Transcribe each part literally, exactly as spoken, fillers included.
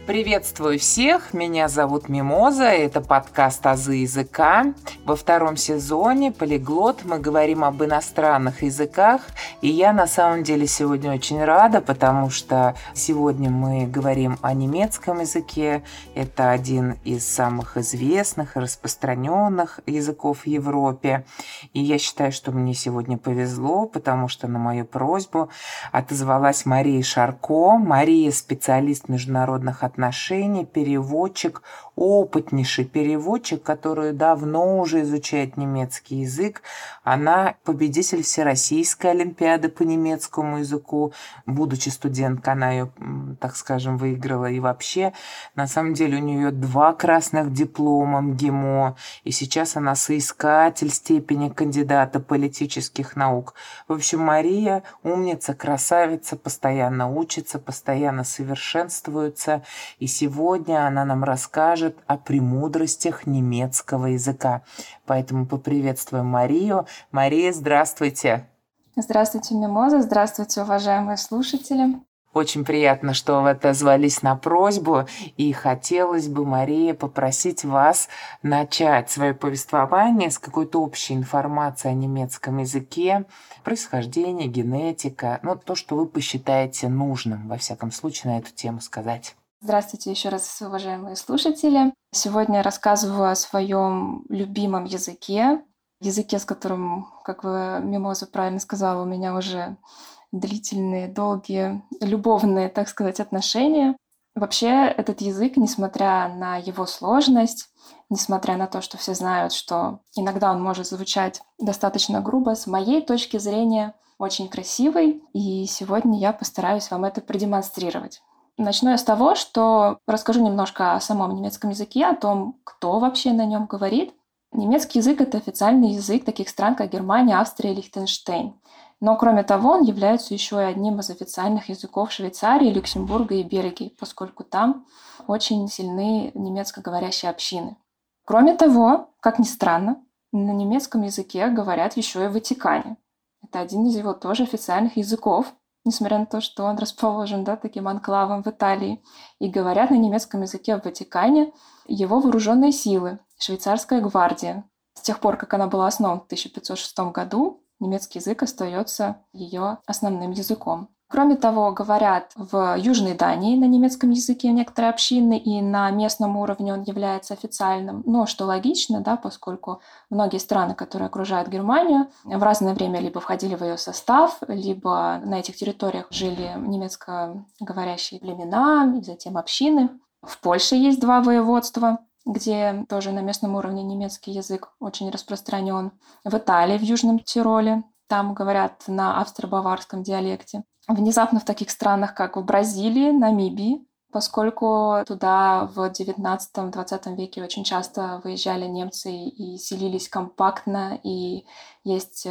Приветствую всех, меня зовут Мимоза, это подкаст «Азы языка». Во втором сезоне «Полиглот» мы говорим об иностранных языках, и я на самом деле сегодня очень рада, потому что сегодня мы говорим о немецком языке. Это один из самых известных и распространенных языков в Европе. И я считаю, что мне сегодня повезло, потому что на мою просьбу отозвалась Мария Шарко. Мария – специалист международных отношений, отношений, переводчик, опытнейший переводчик, который давно уже изучает немецкий язык. Она победитель Всероссийской олимпиады по немецкому языку. Будучи студенткой, она ее, так скажем, выиграла. И вообще, на самом деле, у нее два красных диплома МГИМО. И сейчас она соискатель степени кандидата политических наук. В общем, Мария умница, красавица, постоянно учится, постоянно совершенствуется. И сегодня она нам расскажет о премудростях немецкого языка. Поэтому поприветствуем Марию. Мария, здравствуйте. Здравствуйте, Мимоза. Здравствуйте, уважаемые слушатели. Очень приятно, что вы отозвались на просьбу. И хотелось бы, Мария, попросить вас начать свое повествование с какой-то общей информации о немецком языке, происхождение, генетика, ну, то, что вы посчитаете нужным, во всяком случае, на эту тему сказать. Здравствуйте еще раз, уважаемые слушатели. Сегодня я рассказываю о своем любимом языке, языке, с которым, как вы, Мимоза, правильно сказала, у меня уже длительные, долгие, любовные, так сказать, отношения. Вообще, этот язык, несмотря на его сложность, несмотря на то, что все знают, что иногда он может звучать достаточно грубо, с моей точки зрения, очень красивый, и сегодня я постараюсь вам это продемонстрировать. Начну я с того, что расскажу немножко о самом немецком языке, о том, кто вообще на нем говорит. Немецкий язык — это официальный язык таких стран, как Германия, Австрия и Лихтенштейн. Но, кроме того, он является еще и одним из официальных языков Швейцарии, Люксембурга и Бельгии, поскольку там очень сильны немецкоговорящие общины. Кроме того, как ни странно, на немецком языке говорят еще и в Ватикане. Это один из его тоже официальных языков, несмотря на то, что он расположен, да, таким анклавом в Италии. И говорят на немецком языке в Ватикане его вооруженные силы, швейцарская гвардия. С тех пор, как она была основана в тысяча пятьсот шестом году, немецкий язык остается ее основным языком. Кроме того, говорят в Южной Дании на немецком языке некоторые общины, и на местном уровне он является официальным. Но что логично, да, поскольку многие страны, которые окружают Германию, в разное время либо входили в ее состав, либо на этих территориях жили немецкоговорящие племена, и затем общины. В Польше есть два воеводства, где тоже на местном уровне немецкий язык очень распространен. В Италии, в Южном Тироле, там говорят на австро-баварском диалекте. Внезапно в таких странах, как в Бразилии, Намибии, поскольку туда в девятнадцатом-двадцатом веке очень часто выезжали немцы и селились компактно, и есть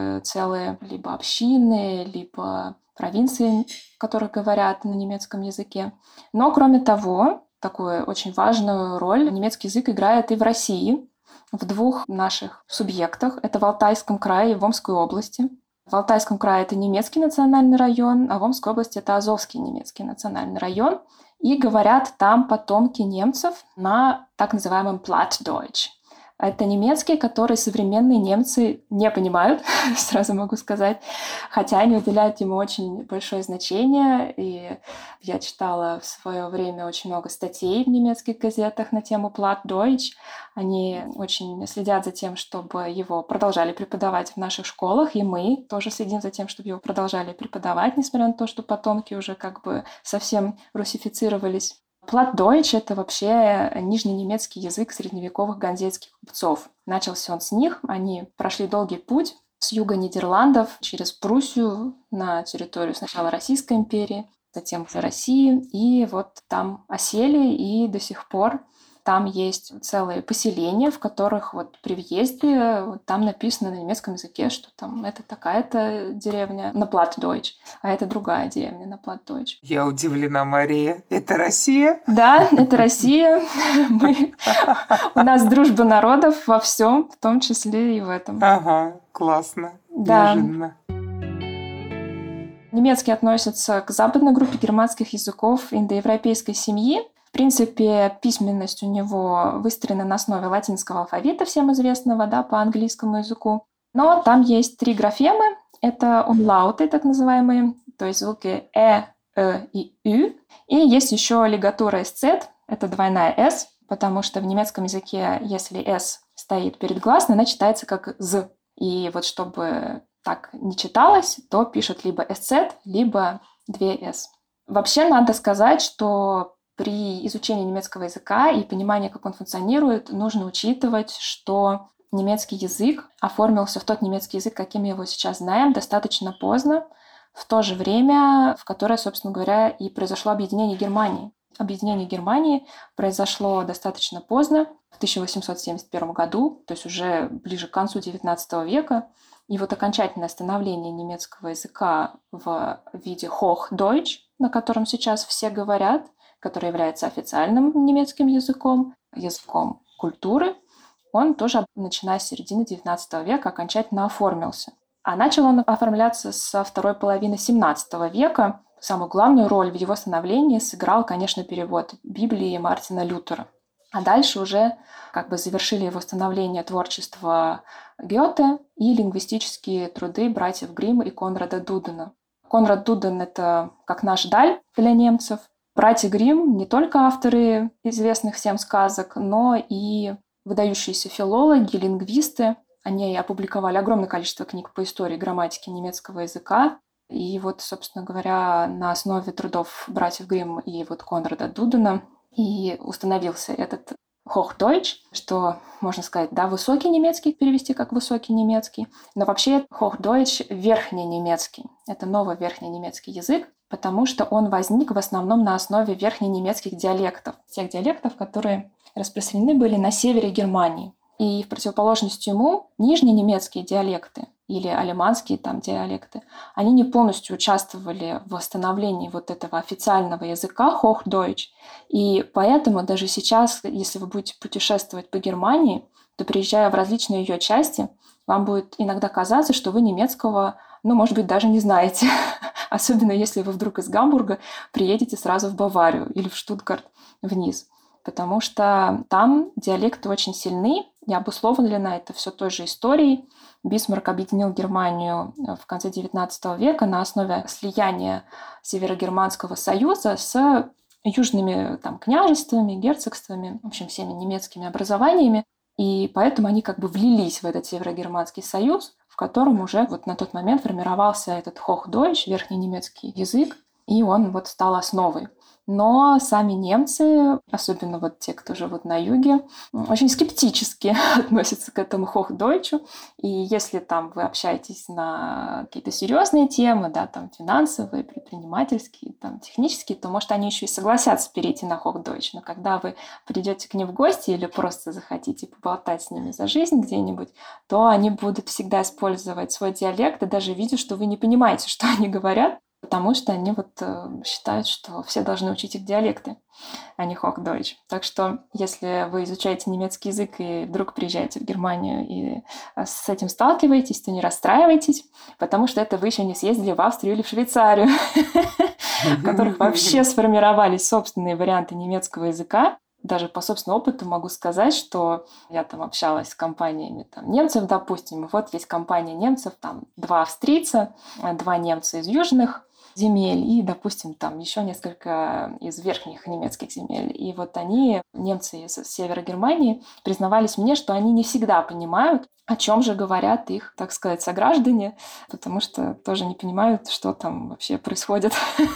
целые либо общины, либо провинции, в которых говорят на немецком языке. Но, кроме того, такую очень важную роль немецкий язык играет и в России, в двух наших субъектах. Это в Алтайском крае и в Омской области. В Алтайском крае это немецкий национальный район, а в Омской области это Азовский немецкий национальный район. И говорят там потомки немцев на так называемом Plattdeutsch. Это немецкий, который современные немцы не понимают, сразу могу сказать, хотя они уделяют ему очень большое значение. И я читала в свое время очень много статей в немецких газетах на тему Plattdeutsch. Они очень следят за тем, чтобы его продолжали преподавать в наших школах, и мы тоже следим за тем, чтобы его продолжали преподавать, несмотря на то, что потомки уже как бы совсем русифицировались. Plattdeutsch — это вообще нижненемецкий язык средневековых ганзейских купцов. Начался он с них, они прошли долгий путь с юга Нидерландов через Пруссию на территорию сначала Российской империи, затем уже России, и вот там осели, и до сих пор там есть целые поселения, в которых вот при въезде вот там написано на немецком языке, что там это такая-то деревня на Plattdeutsch, а это другая деревня на Plattdeutsch. Я удивлена, Мария. Это Россия? Да, это Россия. Мы... У нас дружба народов во всем, в том числе и в этом. Ага, классно. Да. Неожиданно. Немецкий относится к западной группе германских языков индоевропейской семьи. В принципе, письменность у него выстроена на основе латинского алфавита, всем известного, да, по английскому языку. Но там есть три графемы. Это умлауты, так называемые, то есть звуки «э», «э» и «ü». И есть еще лигатура «сц», это двойная «с», потому что в немецком языке, если «с» стоит перед гласной, она читается как «з». И вот чтобы так не читалось, то пишут либо «сц», либо две «с». Вообще надо сказать, что при изучении немецкого языка и понимании, как он функционирует, нужно учитывать, что немецкий язык оформился в тот немецкий язык, каким мы его сейчас знаем, достаточно поздно, в то же время, в которое, собственно говоря, и произошло объединение Германии. Объединение Германии произошло достаточно поздно, в тысяча восемьсот семьдесят первом году, то есть уже ближе к концу девятнадцатого века. И вот окончательное становление немецкого языка в виде Hochdeutsch, на котором сейчас все говорят, который является официальным немецким языком, языком культуры, он тоже, начиная с середины девятнадцатого века, окончательно оформился. А начал он оформляться со второй половины семнадцатого века. Самую главную роль в его становлении сыграл, конечно, перевод Библии Мартина Лютера. А дальше уже как бы завершили его становление творчество Гёте и лингвистические труды братьев Гримм и Конрада Дудена. Конрад Дуден — это как наш Даль для немцев. Братья Гримм не только авторы известных всем сказок, но и выдающиеся филологи, лингвисты. Они опубликовали огромное количество книг по истории и грамматике немецкого языка. И вот, собственно говоря, на основе трудов братьев Гримм и вот Конрада Дудена и установился этот Hochdeutsch, что, можно сказать, да, высокий немецкий, перевести как высокий немецкий. Но вообще Hochdeutsch — верхний немецкий. Это новый верхний немецкий язык, потому что он возник в основном на основе верхненемецких диалектов, тех диалектов, которые распространены были на севере Германии. И в противоположность ему нижненемецкие диалекты или алеманские там диалекты, они не полностью участвовали в восстановлении вот этого официального языка Hochdeutsch. И поэтому даже сейчас, если вы будете путешествовать по Германии, то, приезжая в различные ее части, вам будет иногда казаться, что вы немецкого, ну, может быть, даже не знаете. Особенно если вы вдруг из Гамбурга приедете сразу в Баварию или в Штутгарт вниз. Потому что там диалекты очень сильны, и обусловлено это все той же историей. Бисмарк объединил Германию в конце девятнадцатого века на основе слияния Северогерманского союза с южными там, княжествами, герцогствами, в общем, всеми немецкими образованиями. И поэтому они как бы влились в этот Северогерманский союз, в котором уже вот на тот момент формировался этот Hochdeutsch, верхненемецкий язык, и он вот стал основой. Но сами немцы, особенно вот те, кто живут на юге, очень скептически относятся к этому Hochdeutsch. И если там вы общаетесь на какие-то серьезные темы, да, там финансовые, предпринимательские, там технические, то, может, они еще и согласятся перейти на Hochdeutsch. Но когда вы придете к ним в гости или просто захотите поболтать с ними за жизнь где-нибудь, то они будут всегда использовать свой диалект, и даже видя, что вы не понимаете, что они говорят, потому что они вот э, считают, что все должны учить их диалекты, а не Hochdeutsch. Так что, если вы изучаете немецкий язык и вдруг приезжаете в Германию и с этим сталкиваетесь, то не расстраивайтесь, потому что это вы еще не съездили в Австрию или в Швейцарию, в которых вообще сформировались собственные варианты немецкого языка. Даже по собственному опыту могу сказать, что я там общалась с компаниями там, немцев, допустим, и вот есть компания немцев, там два австрийца, два немца из южных земель и, допустим, там еще несколько из верхних немецких земель. И вот они, немцы из севера Германии, признавались мне, что они не всегда понимают, о чем же говорят их, так сказать, сограждане, потому что тоже не понимают, что там вообще происходит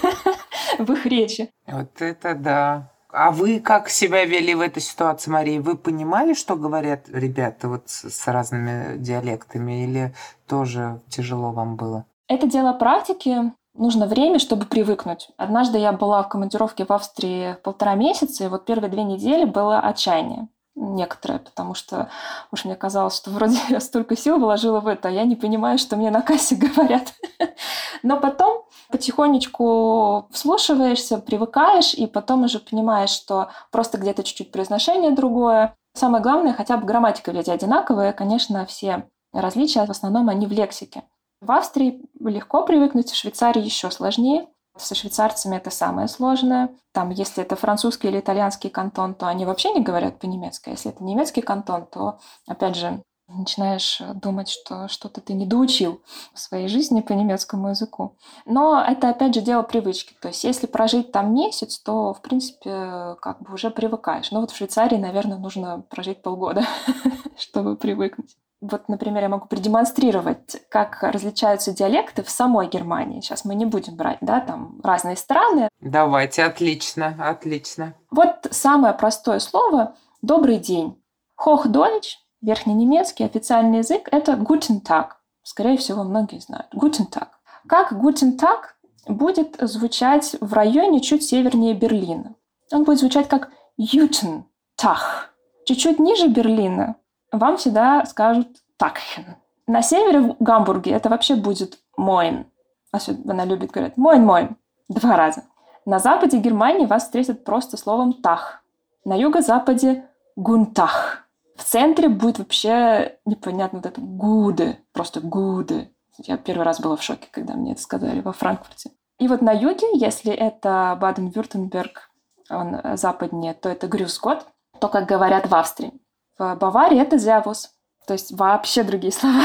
в их речи. Вот это да. А вы как себя вели в этой ситуации, Мария? Вы понимали, что говорят ребята вот с, с разными диалектами, или тоже тяжело вам было? Это дело практики. Нужно время, чтобы привыкнуть. Однажды я была в командировке в Австрии полтора месяца, и вот первые две недели было отчаяние некоторое, потому что уж мне казалось, что вроде я столько сил вложила в это, а я не понимаю, что мне на кассе говорят. Но потом потихонечку вслушиваешься, привыкаешь, и потом уже понимаешь, что просто где-то чуть-чуть произношение другое. Самое главное, хотя бы грамматика ведь одинаковая, конечно, все различия, в основном они в лексике. В Австрии легко привыкнуть, в Швейцарии еще сложнее. Со швейцарцами это самое сложное. Там, если это французский или итальянский кантон, то они вообще не говорят по-немецки. А если это немецкий кантон, то, опять же, начинаешь думать, что что-то ты недоучил в своей жизни по немецкому языку. Но это, опять же, дело привычки. То есть если прожить там месяц, то, в принципе, как бы уже привыкаешь. Но вот в Швейцарии, наверное, нужно прожить полгода, чтобы привыкнуть. Вот, например, я могу продемонстрировать, как различаются диалекты в самой Германии. Сейчас мы не будем брать, да, там разные страны. Давайте, отлично, отлично. Вот самое простое слово «добрый день». Hochdeutsch, верхненемецкий официальный язык, это Guten Tag. Скорее всего, многие знают. Guten Tag. Как Guten Tag будет звучать в районе чуть севернее Берлина? Он будет звучать как Guten Tag. Чуть-чуть ниже Берлина вам всегда скажут «такхен». На севере в Гамбурге это вообще будет «moin». Особенно любит говорить «moin-moin» два раза. На западе Германии вас встретят просто словом «тах». На юго-западе «гунтах». В центре будет вообще непонятно вот это «гуде», просто «гуде». Я первый раз была в шоке, когда мне это сказали во Франкфурте. И вот на юге, если это Баден-Вюртемберг, он западнее, то это «грюс-гот», то, как говорят в Австрии. В Баварии это «зявус», то есть вообще другие слова.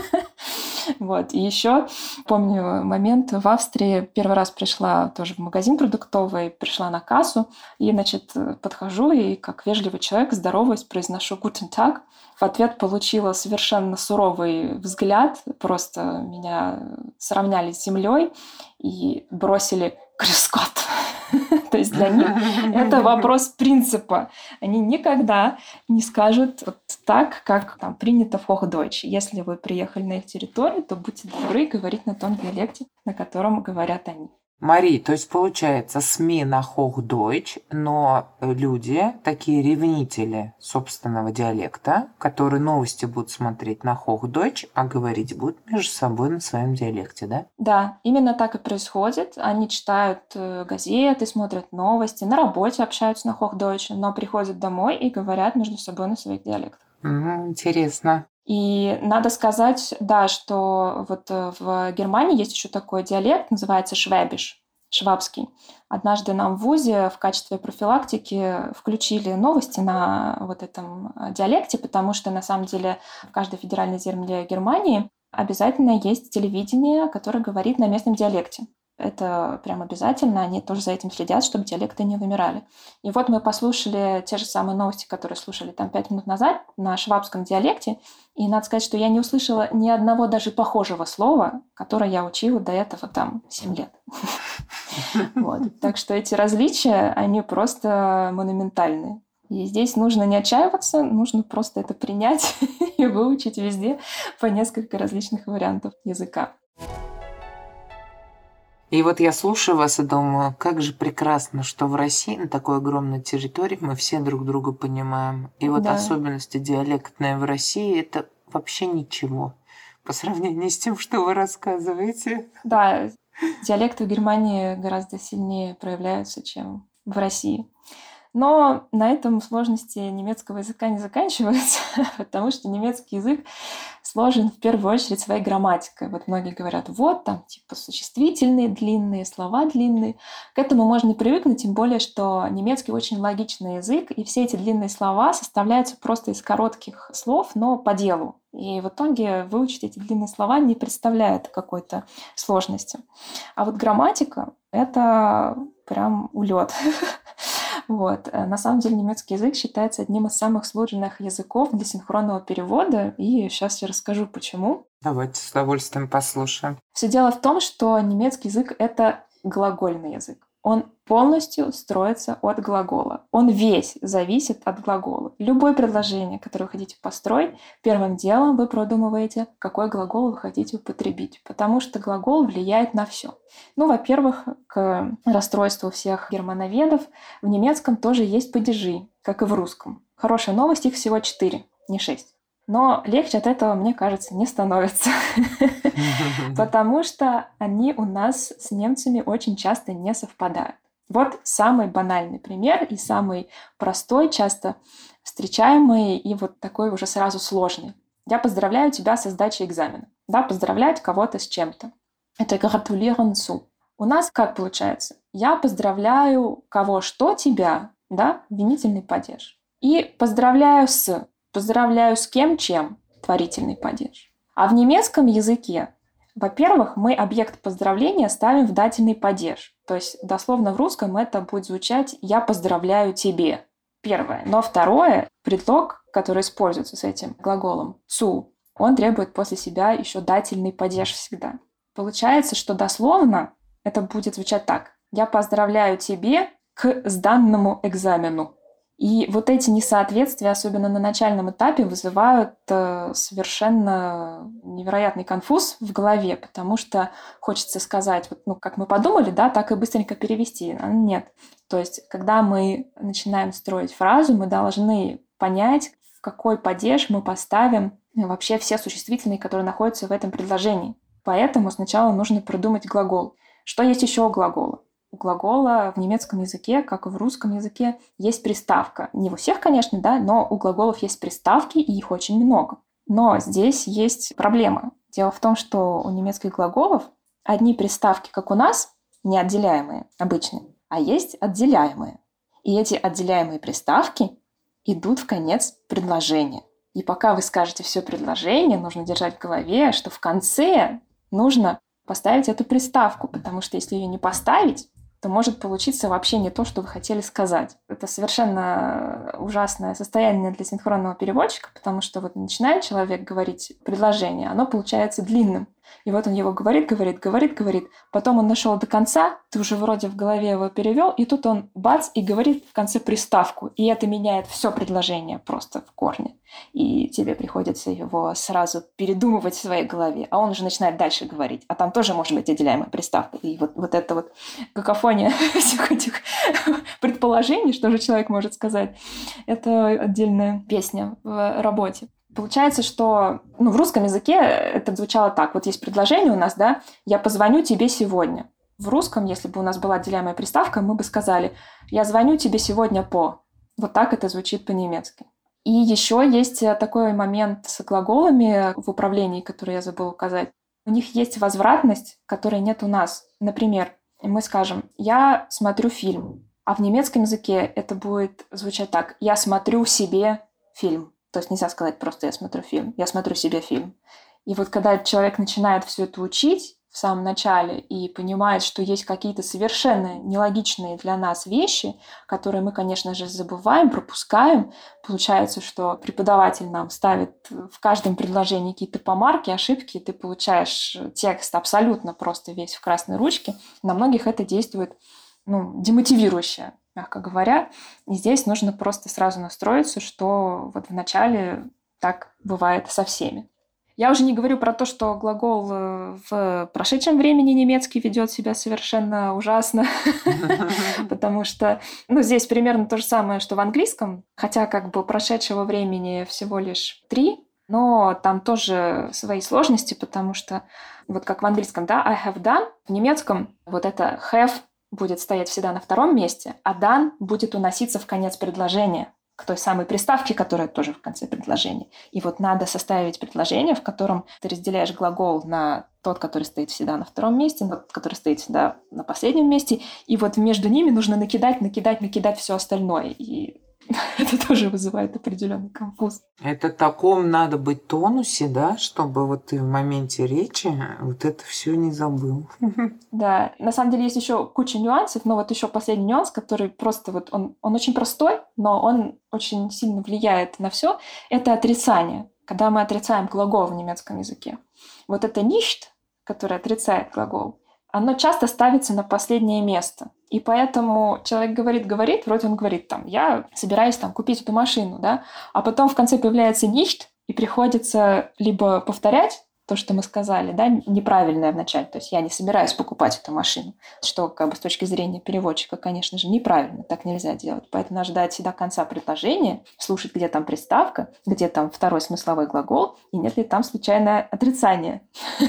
Вот. И еще помню момент в Австрии. Первый раз пришла тоже в магазин продуктовый, пришла на кассу, и, значит, подхожу, и как вежливый человек здороваюсь, произношу «Guten Tag». В ответ получила совершенно суровый взгляд, просто меня сравняли с землей и бросили «Grüß Gott». То есть для них это вопрос принципа. Они никогда не скажут вот так, как там принято в Hochdeutsch. Если вы приехали на их территорию, то будьте добры говорить на том диалекте, на котором говорят они. Мари, то есть получается СМИ на Hochdeutsch, но люди, такие ревнители собственного диалекта, которые новости будут смотреть на Hochdeutsch, а говорить будут между собой на своем диалекте, да? Да, именно так и происходит. Они читают газеты, смотрят новости, на работе общаются на Hochdeutsch, но приходят домой и говорят между собой на своих диалектах. Mm, интересно. И надо сказать, да, что вот в Германии есть еще такой диалект, называется швäbisch, швабский. Однажды нам в вузе в качестве профилактики включили новости на вот этом диалекте, потому что на самом деле в каждой федеральной земле Германии обязательно есть телевидение, которое говорит на местном диалекте. Это прям обязательно, они тоже за этим следят, чтобы диалекты не вымирали. И вот мы послушали те же самые новости, которые слушали там пять минут назад на швабском диалекте, и надо сказать, что я не услышала ни одного даже похожего слова, которое я учила до этого там семь лет. Так что эти различия, они просто монументальные. И здесь нужно не отчаиваться, нужно просто это принять и выучить везде по несколько различных вариантов языка. И вот я слушаю вас и думаю, как же прекрасно, что в России на такой огромной территории мы все друг друга понимаем. И вот да. Особенности диалектные в России – это вообще ничего по сравнению с тем, что вы рассказываете. Да, диалекты в Германии гораздо сильнее проявляются, чем в России. Но на этом сложности немецкого языка не заканчиваются, потому что немецкий язык сложен в первую очередь своей грамматикой. Вот многие говорят, вот там типа существительные длинные, слова длинные. К этому можно не привыкнуть, тем более, что немецкий очень логичный язык, и все эти длинные слова составляются просто из коротких слов, но по делу. И в итоге выучить эти длинные слова не представляет какой-то сложности. А вот грамматика — это прям улет. Вот. На самом деле немецкий язык считается одним из самых сложных языков для синхронного перевода, и сейчас я расскажу, почему. Давайте с удовольствием послушаем. Все дело в том, что немецкий язык — это глагольный язык. Он полностью строится от глагола. Он весь зависит от глагола. Любое предложение, которое вы хотите построить, первым делом вы продумываете, какой глагол вы хотите употребить, потому что глагол влияет на все. Ну, во-первых, к расстройству всех германоведов в немецком тоже есть падежи, как и в русском. Хорошая новость, их всего четыре, не шесть. Но легче от этого, мне кажется, не становится. Потому что они у нас с немцами очень часто не совпадают. Вот самый банальный пример и самый простой, часто встречаемый и вот такой уже сразу сложный. Я поздравляю тебя со сдачей экзамена. Да, поздравлять кого-то с чем-то. Это gratulieren zu. У нас как получается? Я поздравляю кого что тебя, да, винительный падеж. И поздравляю с, поздравляю с кем чем, творительный падеж. А в немецком языке, во-первых, мы объект поздравления ставим в дательный падеж. То есть дословно в русском это будет звучать «я поздравляю тебе». Первое. Но второе, предлог, который используется с этим глаголом «zu», он требует после себя еще дательный падеж всегда. Получается, что дословно это будет звучать так. «Я поздравляю тебе к сданному экзамену». И вот эти несоответствия, особенно на начальном этапе, вызывают э, совершенно невероятный конфуз в голове, потому что хочется сказать, вот, ну, как мы подумали, да, так и быстренько перевести. А нет. То есть, когда мы начинаем строить фразу, мы должны понять, в какой падеж мы поставим вообще все существительные, которые находятся в этом предложении. Поэтому сначала нужно продумать глагол. Что есть еще у глагола? У глагола в немецком языке, как и в русском языке, есть приставка. Не у всех, конечно, да, но у глаголов есть приставки, и их очень много. Но здесь есть проблема. Дело в том, что у немецких глаголов одни приставки, как у нас, неотделяемые, обычные, а есть отделяемые. И эти отделяемые приставки идут в конец предложения. И пока вы скажете все предложение, нужно держать в голове, что в конце нужно поставить эту приставку, потому что если ее не поставить, то может получиться вообще не то, что вы хотели сказать. Это совершенно ужасное состояние для синхронного переводчика, потому что вот начинает человек говорить предложение, оно получается длинным. И вот он его говорит, говорит, говорит, говорит. Потом он нашел до конца, ты уже вроде в голове его перевел, и тут он бац и говорит в конце приставку. И это меняет все предложение просто в корне. И тебе приходится его сразу передумывать в своей голове. А он уже начинает дальше говорить. А там тоже может быть отделяемая приставка. И вот, вот это вот какофония всех этих предположений, что же человек может сказать, это отдельная песня в работе. Получается, что ну, в русском языке это звучало так. Вот есть предложение у нас, да, «я позвоню тебе сегодня». В русском, если бы у нас была отделяемая приставка, мы бы сказали «я звоню тебе сегодня по». Вот так это звучит по-немецки. И еще есть такой момент с глаголами в управлении, который я забыла указать. У них есть возвратность, которой нет у нас. Например, мы скажем «я смотрю фильм», а в немецком языке это будет звучать так «я смотрю себе фильм». То есть нельзя сказать просто «я смотрю фильм», «я смотрю себе фильм». И вот когда человек начинает все это учить в самом начале и понимает, что есть какие-то совершенно нелогичные для нас вещи, которые мы, конечно же, забываем, пропускаем, получается, что преподаватель нам ставит в каждом предложении какие-то помарки, ошибки, и ты получаешь текст абсолютно просто весь в красной ручке. На многих это действует ну, демотивирующе, мягко говоря. И здесь нужно просто сразу настроиться, что вот вначале так бывает со всеми. Я уже не говорю про то, что глагол в прошедшем времени немецкий ведет себя совершенно ужасно, потому что ну, здесь примерно то же самое, что в английском, хотя как бы прошедшего времени всего лишь три, но там тоже свои сложности, потому что вот как в английском, да, I have done, в немецком вот это have будет стоять всегда на втором месте, а done будет уноситься в конец предложения, к той самой приставке, которая тоже в конце предложения. И вот надо составить предложение, в котором ты разделяешь глагол на тот, который стоит всегда на втором месте, на тот, который стоит всегда на последнем месте, и вот между ними нужно накидать, накидать, накидать все остальное. И это тоже вызывает определенный конфуз. Это в таком надо быть тонусе, да, чтобы вот ты в моменте речи вот это все не забыл. Да, на самом деле есть еще куча нюансов, но вот еще последний нюанс, который просто вот он, он очень простой, но он очень сильно влияет на все, это отрицание. Когда мы отрицаем глагол в немецком языке. Вот это nicht, которое отрицает глагол, оно часто ставится на последнее место. И поэтому человек говорит, говорит, вроде он говорит, там, я собираюсь там, купить эту машину, да, а потом в конце появляется nicht, и приходится либо повторять то, что мы сказали, да, неправильное вначале, то есть я не собираюсь покупать эту машину, что как бы с точки зрения переводчика, конечно же, неправильно, так нельзя делать. Поэтому надо ждать всегда конца предложения, слушать, где там приставка, где там второй смысловой глагол, и нет ли там случайное отрицание.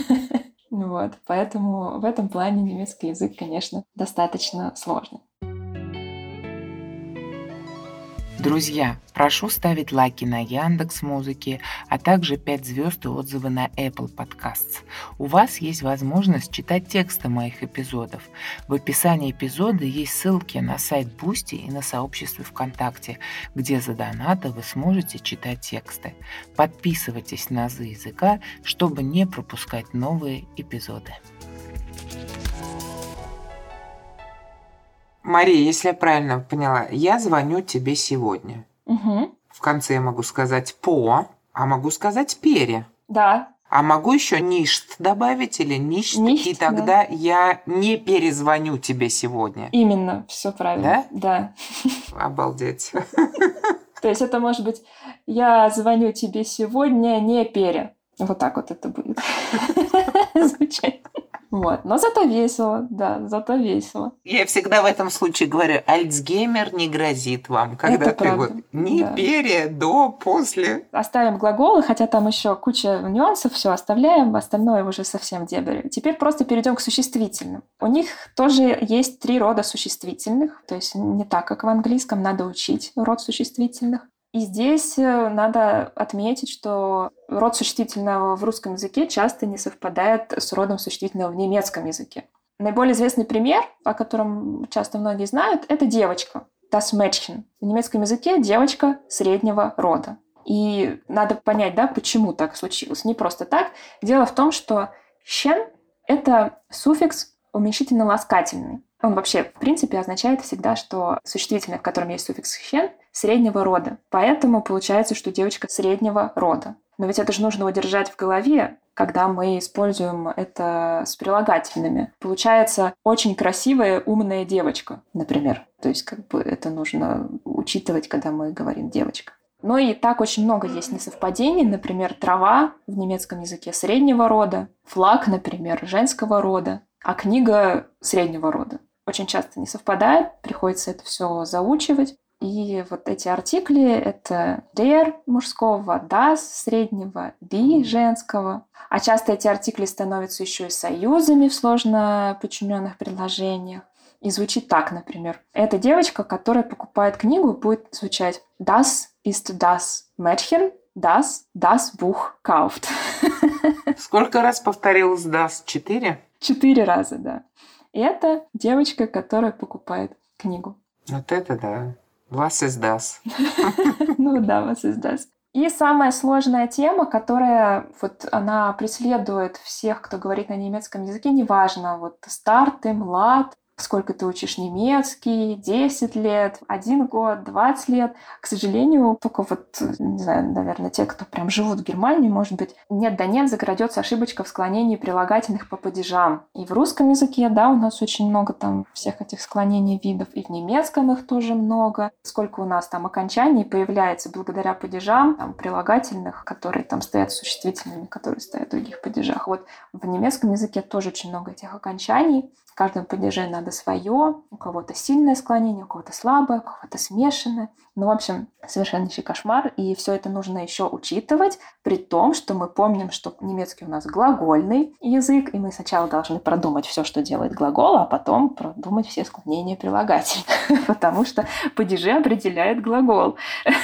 Вот, поэтому в этом плане немецкий язык, конечно, достаточно сложный. Друзья, прошу ставить лайки на Яндекс.Музыке, а также пять звезд и отзывы на Apple Podcasts. У вас есть возможность читать тексты моих эпизодов. В описании эпизода есть ссылки на сайт Boosty и на сообщество ВКонтакте, где за донаты вы сможете читать тексты. Подписывайтесь на «Азы языка», чтобы не пропускать новые эпизоды. Мария, если я правильно поняла, я звоню тебе сегодня. Угу. В конце я могу сказать «по», а могу сказать «пере». Да. А могу еще «ништ» добавить или «ништ», Ништ, и тогда да. я не перезвоню тебе сегодня. Именно, все правильно. Да? Да. Обалдеть. То есть это может быть «я звоню тебе сегодня, не пере». Вот так вот это будет звучать. Вот. Но зато весело, да, зато весело. Я всегда в этом случае говорю, Альцгеймер не грозит вам, когда это ты правда. вот не да. пере, до, после. Оставим глаголы, хотя там еще куча нюансов, все оставляем, остальное уже совсем дебри. Теперь просто перейдем к существительным. У них тоже есть три рода существительных, то есть не так, как в английском, надо учить род существительных. И здесь надо отметить, что род существительного в русском языке часто не совпадает с родом существительного в немецком языке. Наиболее известный пример, о котором часто многие знают, это девочка. Das Mädchen. В немецком языке девочка среднего рода. И надо понять, да, почему так случилось. Не просто так. Дело в том, что «chen» — это суффикс уменьшительно-ласкательный. Он вообще, в принципе, означает всегда, что существительное, в котором есть суффикс «chen», среднего рода. Поэтому получается, что девочка среднего рода. Но ведь это же нужно удержать в голове, когда мы используем это с прилагательными. Получается очень красивая, умная девочка, например. То есть как бы это нужно учитывать, когда мы говорим «девочка». Ну и так очень много есть несовпадений. Например, трава в немецком языке среднего рода, флаг, например, женского рода, а книга среднего рода. Очень часто не совпадает, приходится это все заучивать. И вот эти артикли — это der мужского, das среднего, die женского. А часто эти артикли становятся еще и союзами в сложно подчиненных предложениях. И звучит так, например. Эта девочка, которая покупает книгу, будет звучать das ist das Mädchen, das das Buch kauft. Сколько раз повторилось das? Четыре? Четыре раза, да. И это девочка, которая покупает книгу. Вот это да. Was ist das? Ну да, was ist das? И самая сложная тема, которая вот она преследует всех, кто говорит на немецком языке, неважно, вот стар ты, млад, сколько ты учишь немецкий, десять лет, один год, двадцать лет. К сожалению, только вот, не знаю, наверное, те, кто прям живут в Германии, может быть, нет да нет, закрадется ошибочка в склонении прилагательных по падежам. И в русском языке, да, у нас очень много там всех этих склонений видов, и в немецком их тоже много. Сколько у нас там окончаний появляется благодаря падежам, там, прилагательных, которые там стоят существительными, которые стоят в других падежах. Вот в немецком языке тоже очень много этих окончаний. В каждом падеже надо свое, у кого-то сильное склонение, у кого-то слабое, у кого-то смешанное. Ну, в общем, совершеннейший кошмар. И все это нужно еще учитывать, при том, что мы помним, что немецкий у нас глагольный язык, и мы сначала должны продумать все, что делает глагол, а потом продумать все склонения прилагательных, потому что падежи определяет глагол.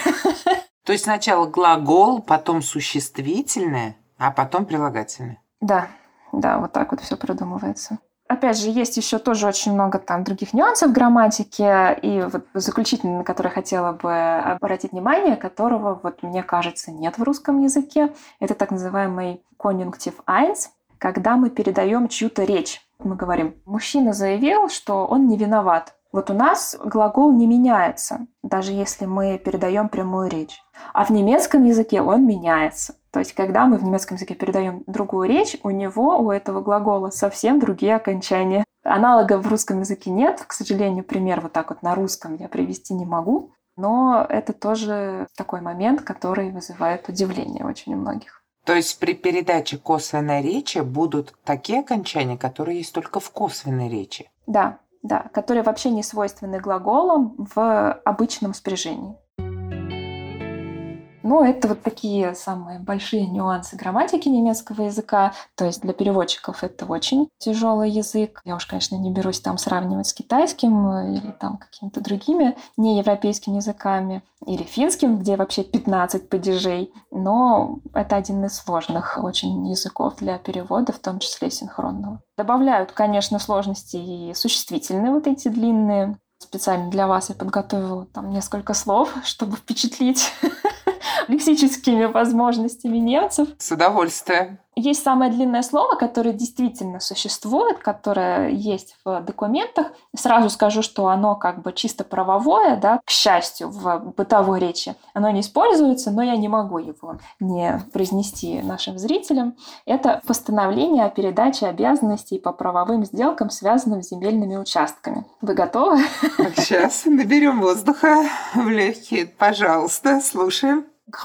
То есть сначала глагол, потом существительное, а потом прилагательное. Да, да, вот так вот все продумывается. Опять же, есть еще тоже очень много там других нюансов в грамматике, и вот заключительный, на который хотела бы обратить внимание, которого, вот мне кажется, нет в русском языке, это так называемый конъюнктив один, когда мы передаем чью-то речь. Мы говорим, мужчина заявил, что он не виноват. Вот у нас глагол не меняется, даже если мы передаем прямую речь. А в немецком языке он меняется. То есть, когда мы в немецком языке передаем другую речь, у него, у этого глагола совсем другие окончания. Аналога в русском языке нет. К сожалению, пример вот так вот на русском я привести не могу. Но это тоже такой момент, который вызывает удивление очень у многих. То есть при передаче косвенной речи будут такие окончания, которые есть только в косвенной речи? Да, да, которые вообще не свойственны глаголам в обычном спряжении. Ну, это вот такие самые большие нюансы грамматики немецкого языка. То есть для переводчиков это очень тяжелый язык. Я уж, конечно, не берусь там сравнивать с китайским или там какими-то другими неевропейскими языками. Или финским, где вообще пятнадцать падежей. Но это один из сложных очень языков для перевода, в том числе синхронного. Добавляют, конечно, сложности и существительные вот эти длинные. Специально для вас я подготовила там несколько слов, чтобы впечатлить лексическими возможностями немцев. С удовольствием. Есть самое длинное слово, которое действительно существует, которое есть в документах. Сразу скажу, что оно как бы чисто правовое, да, к счастью, в бытовой речи. Оно не используется, но я не могу его не произнести нашим зрителям. Это постановление о передаче обязанностей по правовым сделкам, связанным с земельными участками. Вы готовы? Сейчас наберем воздуха в легкие. Пожалуйста, слушаем.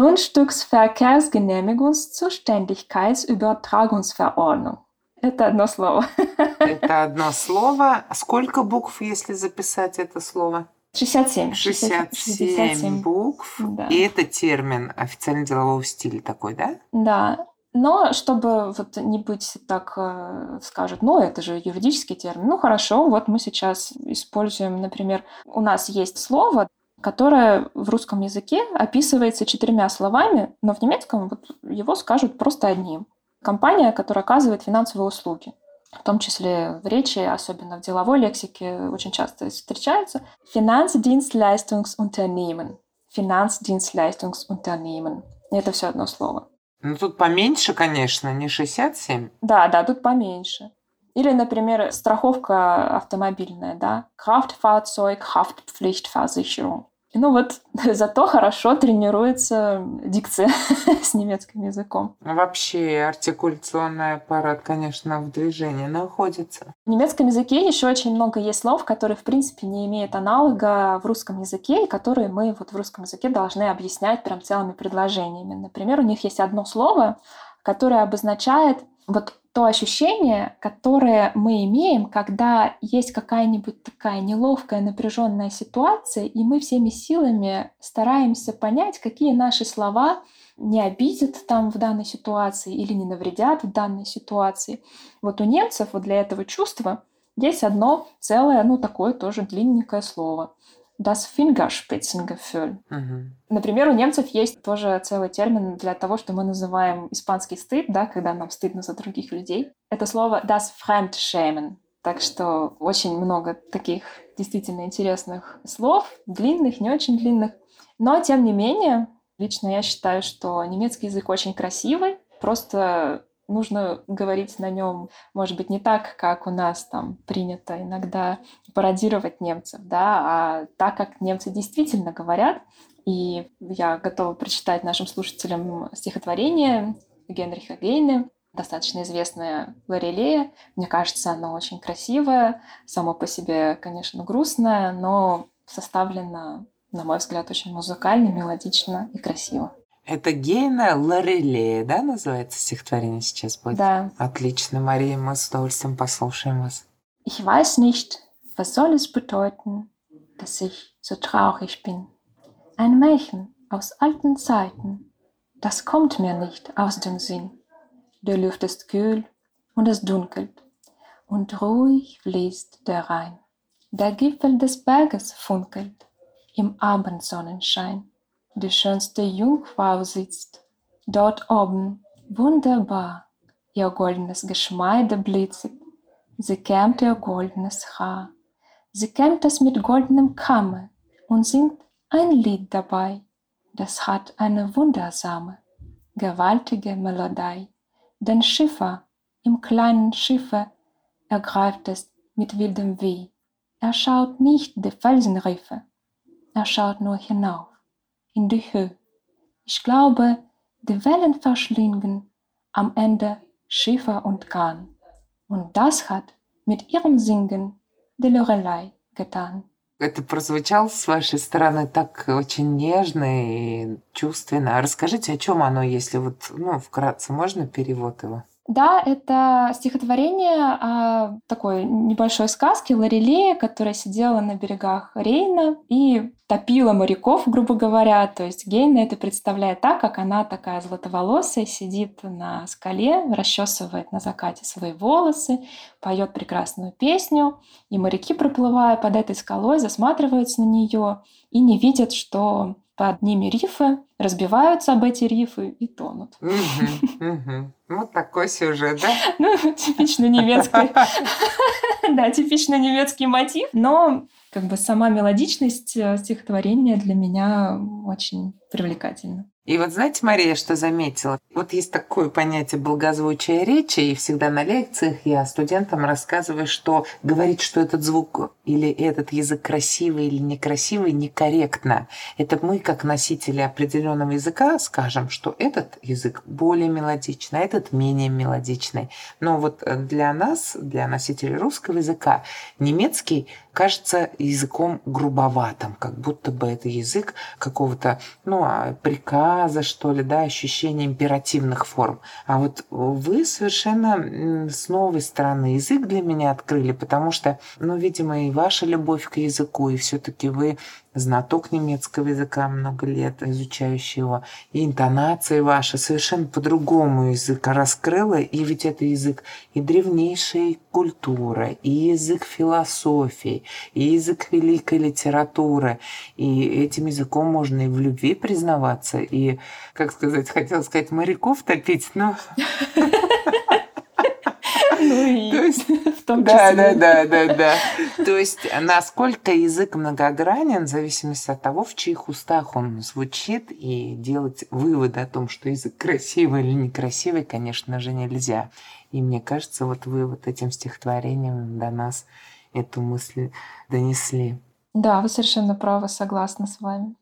Grundstücksverkehrsgenehmigungszuständigkeitsübertragungsverordnung. Это одно слово. Это одно слово. Сколько букв, если записать это слово? шестьдесят семь. шестьдесят семь букв. Да. И это термин официально-делового стиля такой, да? Да. Но чтобы вот не быть так, э, скажут, ну, это же юридический термин. Ну, хорошо, вот мы сейчас используем, например, у нас есть слово, которое в русском языке описывается четырьмя словами, но в немецком вот его скажут просто одним. Компания, которая оказывает финансовые услуги. В том числе в речи, особенно в деловой лексике, очень часто встречаются. Finanzdienstleistungsunternehmen. Finanzdienstleistungsunternehmen. Это все одно слово. Ну, тут поменьше, конечно, не шестьдесят семь. Да, да, тут поменьше. Или, например, страховка автомобильная, да? Kraftfahrzeug, Haftpflichtversicherung. Ну вот, зато хорошо тренируется дикция с немецким языком. Вообще артикуляционный аппарат, конечно, в движении находится. В немецком языке еще очень много есть слов, которые, в принципе, не имеют аналога в русском языке, и которые мы вот в русском языке должны объяснять прям целыми предложениями. Например, у них есть одно слово, которое обозначает вот то ощущение, которое мы имеем, когда есть какая-нибудь такая неловкая, напряженная ситуация, и мы всеми силами стараемся понять, какие наши слова не обидят там в данной ситуации или не навредят в данной ситуации. Вот у немцев вот для этого чувства есть одно целое, ну такое тоже длинненькое слово. Das Fingerspitzengefühl. Угу. Например, у немцев есть тоже целый термин для того, что мы называем испанский стыд, да, когда нам стыдно за других людей. Это слово das Fremdschämen. Так что очень много таких действительно интересных слов, длинных, не очень длинных. Но, тем не менее, лично я считаю, что немецкий язык очень красивый, просто нужно говорить на нем, может быть, не так, как у нас там принято иногда пародировать немцев, да, а так, как немцы действительно говорят. И я готова прочитать нашим слушателям стихотворение Генриха Гейне, достаточно известное «Лорелея». Мне кажется, оно очень красивое, само по себе, конечно, грустное, но составлено, на мой взгляд, очень музыкально, мелодично и красиво. Это Гейне «Лорелея», да, называется стихотворение сейчас будет? Да. Отлично, Мария, мы с удовольствием послушаем вас. Ich weiß nicht, was soll es bedeuten, dass ich so traurig bin. Ein Märchen aus alten Zeiten, das kommt mir nicht aus dem Sinn. Der Luft ist kühl und es dunkelt und ruhig fließt der Rhein. Der Gipfel des Berges funkelt im Abendsonnenschein. Die schönste Jungfrau sitzt dort oben, wunderbar. Ihr goldenes Geschmeide blitzet, sie kämmt ihr goldenes Haar. Sie kämmt es mit goldenem Kamme und singt ein Lied dabei. Das hat eine wundersame, gewaltige Melodie. Den Schiffer im kleinen Schiffe ergreift es mit wildem Weh. Er schaut nicht die Felsenriffe, er schaut nur hinauf in die Höhe. Ich glaube, die Wellen verschlingen am Ende Schiffer und Kahn. Und das hat mit ihrem Singen die Lorelei getan. Это прозвучало с вашей стороны так очень нежно и чувственно. А расскажите, о чем оно, если вот, ну, вкратце можно перевод его? Да, это стихотворение о такой небольшой сказке Лорелее, которая сидела на берегах Рейна и топила моряков, грубо говоря. То есть Гейне это представляет так, как она такая златоволосая, сидит на скале, расчесывает на закате свои волосы, поет прекрасную песню, и моряки, проплывая под этой скалой, засматриваются на нее и не видят, что под ними рифы, разбиваются об эти рифы и тонут. Угу, угу. Вот такой сюжет, да? Ну, типично немецкий. Да, типично немецкий мотив. Но как бы сама мелодичность стихотворения для меня очень привлекательна. И вот знаете, Мария, что заметила? Вот есть такое понятие благозвучия речи, и всегда на лекциях я студентам рассказываю, что говорить, что этот звук или этот язык красивый или некрасивый, некорректно. Это мы, как носители определенного языка, скажем, что этот язык более мелодичный, а этот менее мелодичный. Но вот для нас, для носителей русского языка, немецкий кажется языком грубоватым, как будто бы это язык какого-то, ну, приказа, что ли, да, ощущения императивных форм. А вот вы совершенно с новой стороны язык для меня открыли, потому что, ну, видимо, и ваша любовь к языку, и все-таки вы знаток немецкого языка, много лет изучающий его, и интонации ваши совершенно по-другому язык раскрыла, и ведь это язык и древнейшей культуры, и язык философии, и язык великой литературы, и этим языком можно и в любви признаваться, и, как сказать, хотела сказать, моряков топить, но... Ну и То есть, в том да, числе. да, да, да, да. То есть, насколько язык многогранен, в зависимости от того, в чьих устах он звучит, и делать выводы о том, что язык красивый или некрасивый, конечно же, нельзя. И мне кажется, вот вы вот этим стихотворением до нас эту мысль донесли. Да, вы совершенно правы, согласна с вами.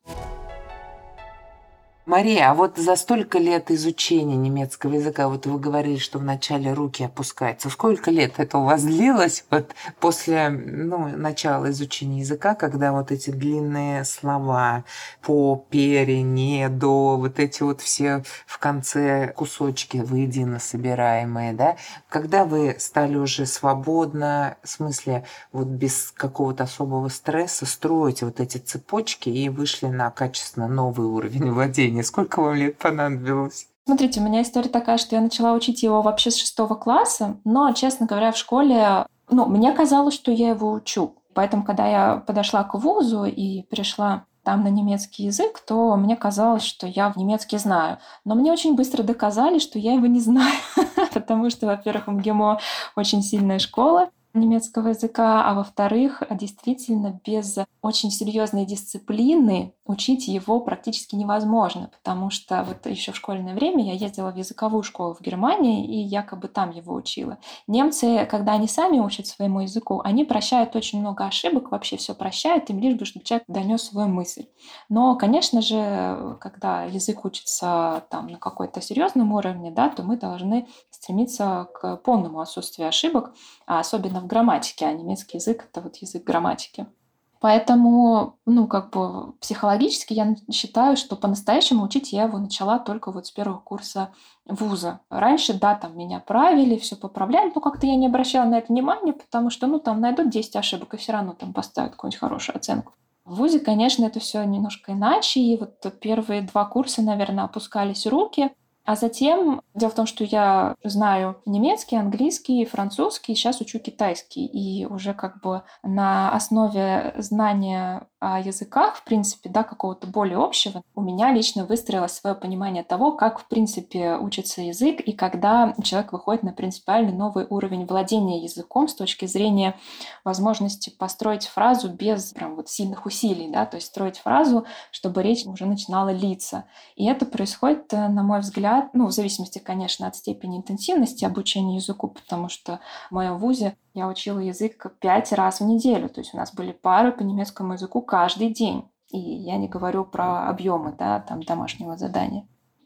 Мария, а вот за столько лет изучения немецкого языка, вот вы говорили, что вначале руки опускаются. Сколько лет это у вас длилось вот после ну, начала изучения языка, когда вот эти длинные слова по, пере, не, до, вот эти вот все в конце кусочки воедино собираемые, да? Когда вы стали уже свободно, в смысле вот без какого-то особого стресса строить вот эти цепочки и вышли на качественно новый уровень владения? Сколько вам лет понадобилось? Смотрите, у меня история такая, что я начала учить его вообще с шестого класса, но, честно говоря, в школе, ну, мне казалось, что я его учу. Поэтому, когда я подошла к вузу и перешла там на немецкий язык, то мне казалось, что я немецкий знаю. Но мне очень быстро доказали, что я его не знаю, потому что, во-первых, в МГИМО очень сильная школа немецкого языка, а во-вторых, действительно без очень серьезной дисциплины учить его практически невозможно, потому что вот еще в школьное время я ездила в языковую школу в Германии и якобы там его учила. Немцы, когда они сами учат своему языку, они прощают очень много ошибок, вообще все прощают, им лишь бы, чтобы человек донес свою мысль. Но, конечно же, когда язык учится там на какой-то серьезном уровне, да, то мы должны стремиться к полному отсутствию ошибок, а особенно в грамматике, а немецкий язык — это вот язык грамматики. Поэтому, ну, как бы психологически я считаю, что по-настоящему учить я его начала только вот с первого курса вуза. Раньше, да, там меня правили, все поправляли, но как-то я не обращала на это внимания, потому что, ну, там найдут десять ошибок и все равно там поставят какую-нибудь хорошую оценку. В вузе, конечно, это все немножко иначе, и вот первые два курса, наверное, опускались руки. А затем, дело в том, что я знаю немецкий, английский, французский, сейчас учу китайский. И уже как бы на основе знания о языках, в принципе, да, какого-то более общего, у меня лично выстроилось свое понимание того, как, в принципе, учится язык и когда человек выходит на принципиальный новый уровень владения языком с точки зрения возможности построить фразу без прям вот сильных усилий, да, то есть строить фразу, чтобы речь уже начинала литься. И это происходит, на мой взгляд, ну, в зависимости, конечно, от степени интенсивности обучения языку, потому что в моем вузе я учила язык пять раз в неделю, то есть у нас были пары по немецкому языку каждый день. И я не говорю про объемы, да, там, домашнего задания.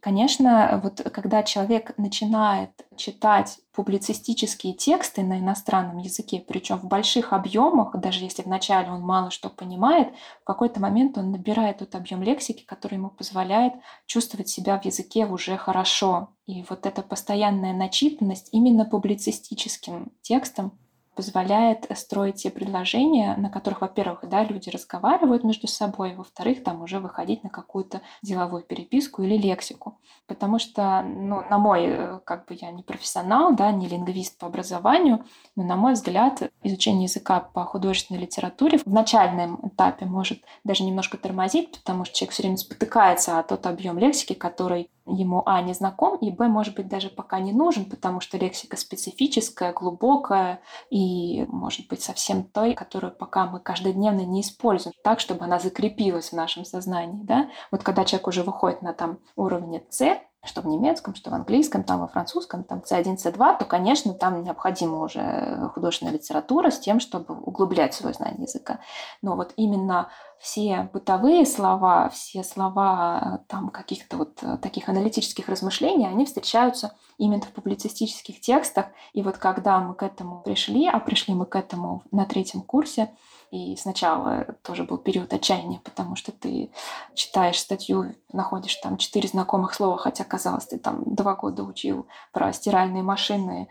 Конечно, вот когда человек начинает читать публицистические тексты на иностранном языке, причем в больших объемах, даже если вначале он мало что понимает, в какой-то момент он набирает тот объем лексики, который ему позволяет чувствовать себя в языке уже хорошо. И вот эта постоянная начитанность именно публицистическим текстом позволяет строить те предложения, на которых, во-первых, да, люди разговаривают между собой, во-вторых, там уже выходить на какую-то деловую переписку или лексику. Потому что, ну, на мой, как бы я не профессионал, да, не лингвист по образованию, но, на мой взгляд, изучение языка по художественной литературе в начальном этапе может даже немножко тормозить, потому что человек все время спотыкается о тот объем лексики, который ему, а, не знаком, и, б, может быть, даже пока не нужен, потому что лексика специфическая, глубокая и, может быть, совсем той, которую пока мы каждодневно не используем так, чтобы она закрепилась в нашем сознании, да. Вот когда человек уже выходит на там уровне С, что в немецком, что в английском, там во французском, там С один, С два, то, конечно, там необходима уже художественная литература с тем, чтобы углублять свое знание языка. Но вот именно все бытовые слова, все слова там каких-то вот таких аналитических размышлений, они встречаются именно в публицистических текстах. И вот когда мы к этому пришли, а пришли мы к этому на третьем курсе, и сначала тоже был период отчаяния, потому что ты читаешь статью, находишь там четыре знакомых слова, хотя, казалось, ты там два года учил про стиральные машины,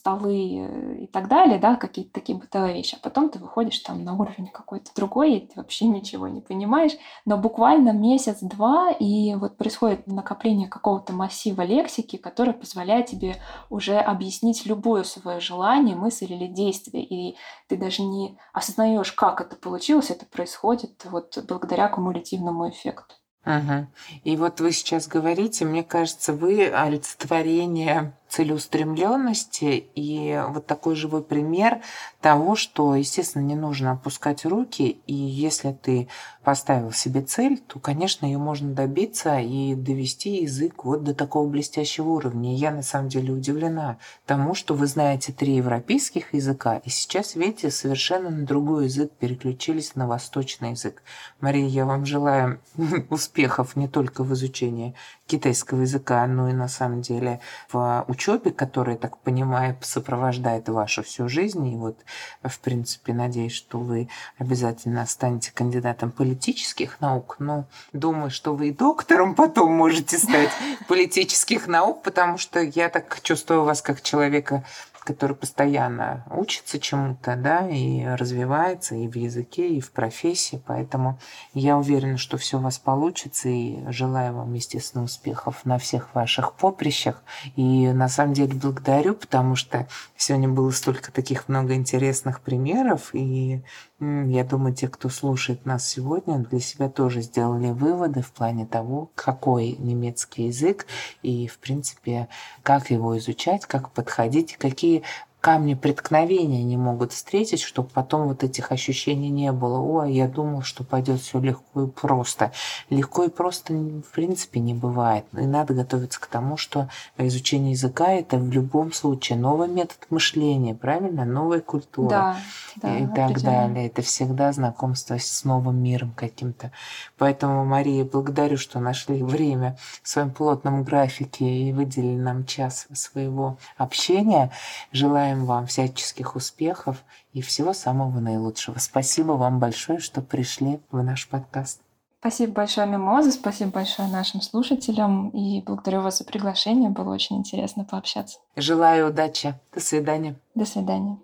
столы и так далее, да, какие-то такие бытовые вещи. А потом ты выходишь там на уровень какой-то другой, и ты вообще ничего не понимаешь. Но буквально месяц-два, и вот происходит накопление какого-то массива лексики, который позволяет тебе уже объяснить любое свое желание, мысль или действие. И ты даже не осознаешь, как это получилось, это происходит вот благодаря кумулятивному эффекту. Угу. И вот вы сейчас говорите, мне кажется, вы олицетворение целеустремленности и вот такой живой пример того, что, естественно, не нужно опускать руки, и если ты поставил себе цель, то, конечно, ее можно добиться и довести язык вот до такого блестящего уровня. И я, на самом деле, удивлена тому, что вы знаете три европейских языка, и сейчас, видите, совершенно на другой язык переключились, на восточный язык. Мария, я вам желаю успехов не только в изучении китайского языка, но и, на самом деле, в учебе, которая, так понимаю, сопровождает вашу всю жизнь. И вот, в принципе, надеюсь, что вы обязательно станете кандидатом политических наук. Но думаю, что вы и доктором потом можете стать политических наук, потому что я так чувствую вас как человека, который постоянно учится чему-то, да, и развивается и в языке, и в профессии. Поэтому я уверена, что все у вас получится, и желаю вам, естественно, успехов на всех ваших поприщах. И на самом деле благодарю, потому что сегодня было столько таких много интересных примеров, и я думаю, те, кто слушает нас сегодня, для себя тоже сделали выводы в плане того, какой немецкий язык и, в принципе, как его изучать, как подходить, какие камни преткновения они могут встретить, чтобы потом вот этих ощущений не было. Ой, я думал, что пойдет все легко и просто. Легко и просто, в принципе, не бывает. И надо готовиться к тому, что изучение языка – это в любом случае новый метод мышления, правильно? Новая культура. Да, да, и так далее. Это всегда знакомство с новым миром каким-то. Поэтому, Мария, благодарю, что нашли время в своем плотном графике и выделили нам час своего общения. Желаем вам всяческих успехов и всего самого наилучшего. Спасибо вам большое, что пришли в наш подкаст. Спасибо большое, Мимоза, спасибо большое нашим слушателям, и благодарю вас за приглашение, было очень интересно пообщаться. Желаю удачи. До свидания. До свидания.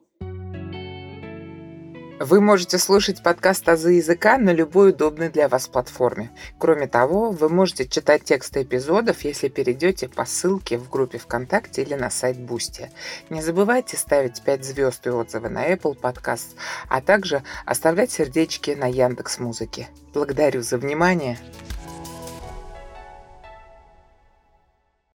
Вы можете слушать подкаст «Азы языка» на любой удобной для вас платформе. Кроме того, вы можете читать тексты эпизодов, если перейдете по ссылке в группе ВКонтакте или на сайт Boosty. Не забывайте ставить пять звезд и отзывы на Apple Podcast, а также оставлять сердечки на Яндекс.Музыке. Благодарю за внимание.